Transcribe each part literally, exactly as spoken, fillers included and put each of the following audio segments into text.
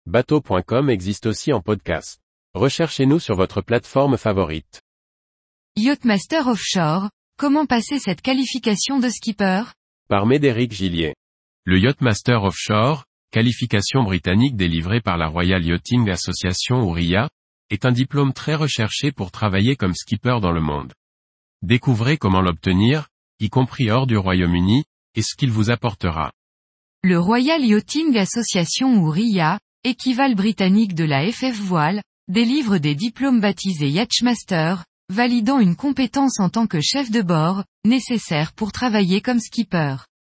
bateau point com existe aussi en podcast. Recherchez-nous sur votre plateforme favorite. Yachtmaster Offshore, comment passer cette qualification de skipper? Par Médéric Gillier. Le Yachtmaster Offshore, qualification britannique délivrée par la Royal Yachting Association ou R I A, est un diplôme très recherché pour travailler comme skipper dans le monde. Découvrez comment l'obtenir, y compris hors du Royaume-Uni, et ce qu'il vous apportera. Le Royal Yachting Association ou R I A, équivalent britannique de la F F Voile, délivre des diplômes baptisés Yachtmaster, validant une compétence en tant que chef de bord, nécessaire pour travailler comme skipper.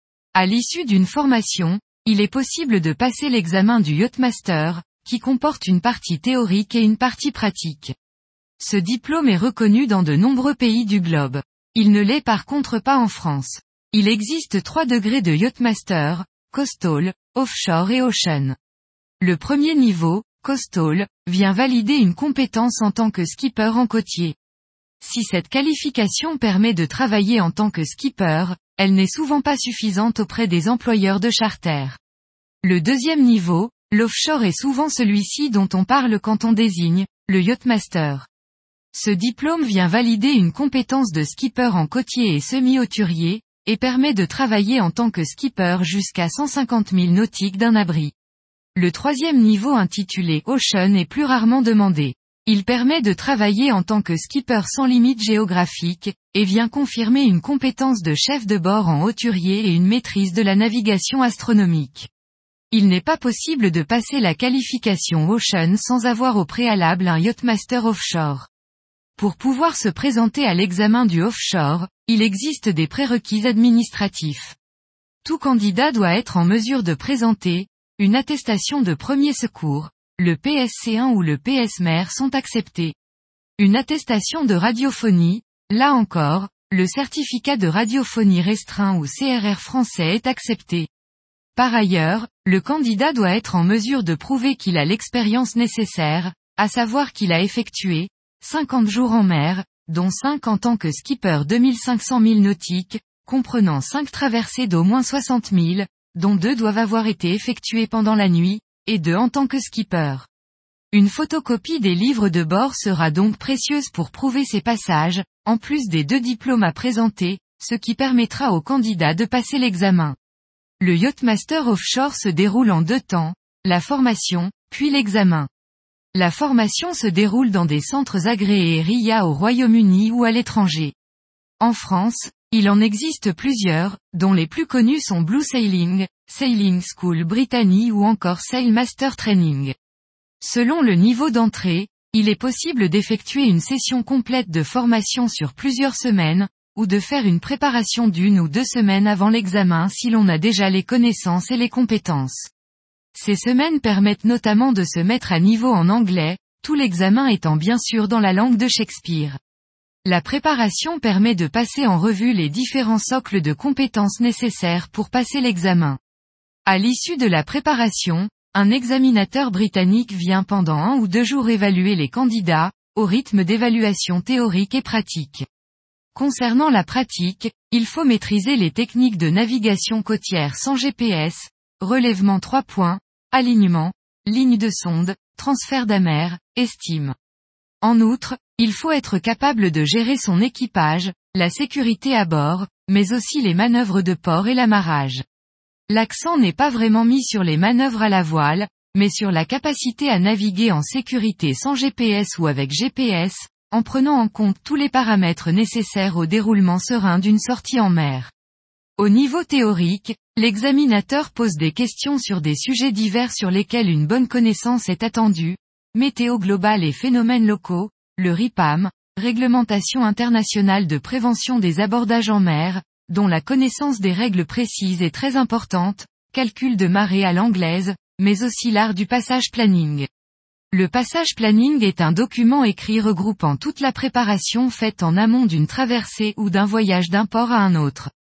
À l'issue d'une formation, il est possible de passer l'examen du Yachtmaster, qui comporte une partie théorique et une partie pratique. Ce diplôme est reconnu dans de nombreux pays du globe. Il ne l'est par contre pas en France. Il existe trois degrés de Yachtmaster, Coastal, Offshore et Ocean. Le premier niveau, Coastal, vient valider une compétence en tant que skipper en côtier. Si cette qualification permet de travailler en tant que skipper, elle n'est souvent pas suffisante auprès des employeurs de charter. Le deuxième niveau, l'offshore est souvent celui-ci dont on parle quand on désigne le Yachtmaster. Ce diplôme vient valider une compétence de skipper en côtier et semi-hauturier, et permet de travailler en tant que skipper jusqu'à cent cinquante milles nautiques d'un abri. Le troisième niveau intitulé Ocean est plus rarement demandé. Il permet de travailler en tant que skipper sans limite géographique, et vient confirmer une compétence de chef de bord en hauturier et une maîtrise de la navigation astronomique. Il n'est pas possible de passer la qualification Ocean sans avoir au préalable un Yachtmaster Offshore. Pour pouvoir se présenter à l'examen du offshore, il existe des prérequis administratifs. Tout candidat doit être en mesure de présenter une attestation de premier secours. Le P S C un ou le P S M E R sont acceptés. Une attestation de radiophonie, là encore, le certificat de radiophonie restreint ou C R R français est accepté. Par ailleurs, le candidat doit être en mesure de prouver qu'il a l'expérience nécessaire, à savoir qu'il a effectué cinquante jours en mer, dont cinq en tant que skipper deux mille cinq cents milles nautiques, comprenant cinq traversées d'au moins soixante milles, dont deux doivent avoir été effectuées pendant la nuit, et deux en tant que skipper. Une photocopie des livres de bord sera donc précieuse pour prouver ces passages, en plus des deux diplômes à présenter, ce qui permettra au candidat de passer l'examen. Le Yachtmaster Offshore se déroule en deux temps, la formation, puis l'examen. La formation se déroule dans des centres agréés R I A au Royaume-Uni ou à l'étranger. En France, il en existe plusieurs, dont les plus connus sont Blue Sailing, Sailing School Brittany ou encore Sailmaster Training. Selon le niveau d'entrée, il est possible d'effectuer une session complète de formation sur plusieurs semaines, ou de faire une préparation d'une ou deux semaines avant l'examen si l'on a déjà les connaissances et les compétences. Ces semaines permettent notamment de se mettre à niveau en anglais, tout l'examen étant bien sûr dans la langue de Shakespeare. La préparation permet de passer en revue les différents socles de compétences nécessaires pour passer l'examen. À l'issue de la préparation, un examinateur britannique vient pendant un ou deux jours évaluer les candidats, au rythme d'évaluation théorique et pratique. Concernant la pratique, il faut maîtriser les techniques de navigation côtière sans G P S, relèvement trois points, alignement, ligne de sonde, transfert d'amer, estime. En outre, il faut être capable de gérer son équipage, la sécurité à bord, mais aussi les manœuvres de port et l'amarrage. L'accent n'est pas vraiment mis sur les manœuvres à la voile, mais sur la capacité à naviguer en sécurité sans G P S ou avec G P S, en prenant en compte tous les paramètres nécessaires au déroulement serein d'une sortie en mer. Au niveau théorique, l'examinateur pose des questions sur des sujets divers sur lesquels une bonne connaissance est attendue, météo globale et phénomènes locaux, le R I P A M, réglementation internationale de prévention des abordages en mer, dont la connaissance des règles précises est très importante, calcul de marée à l'anglaise, mais aussi l'art du passage planning. Le passage planning est un document écrit regroupant toute la préparation faite en amont d'une traversée ou d'un voyage d'un port à un autre.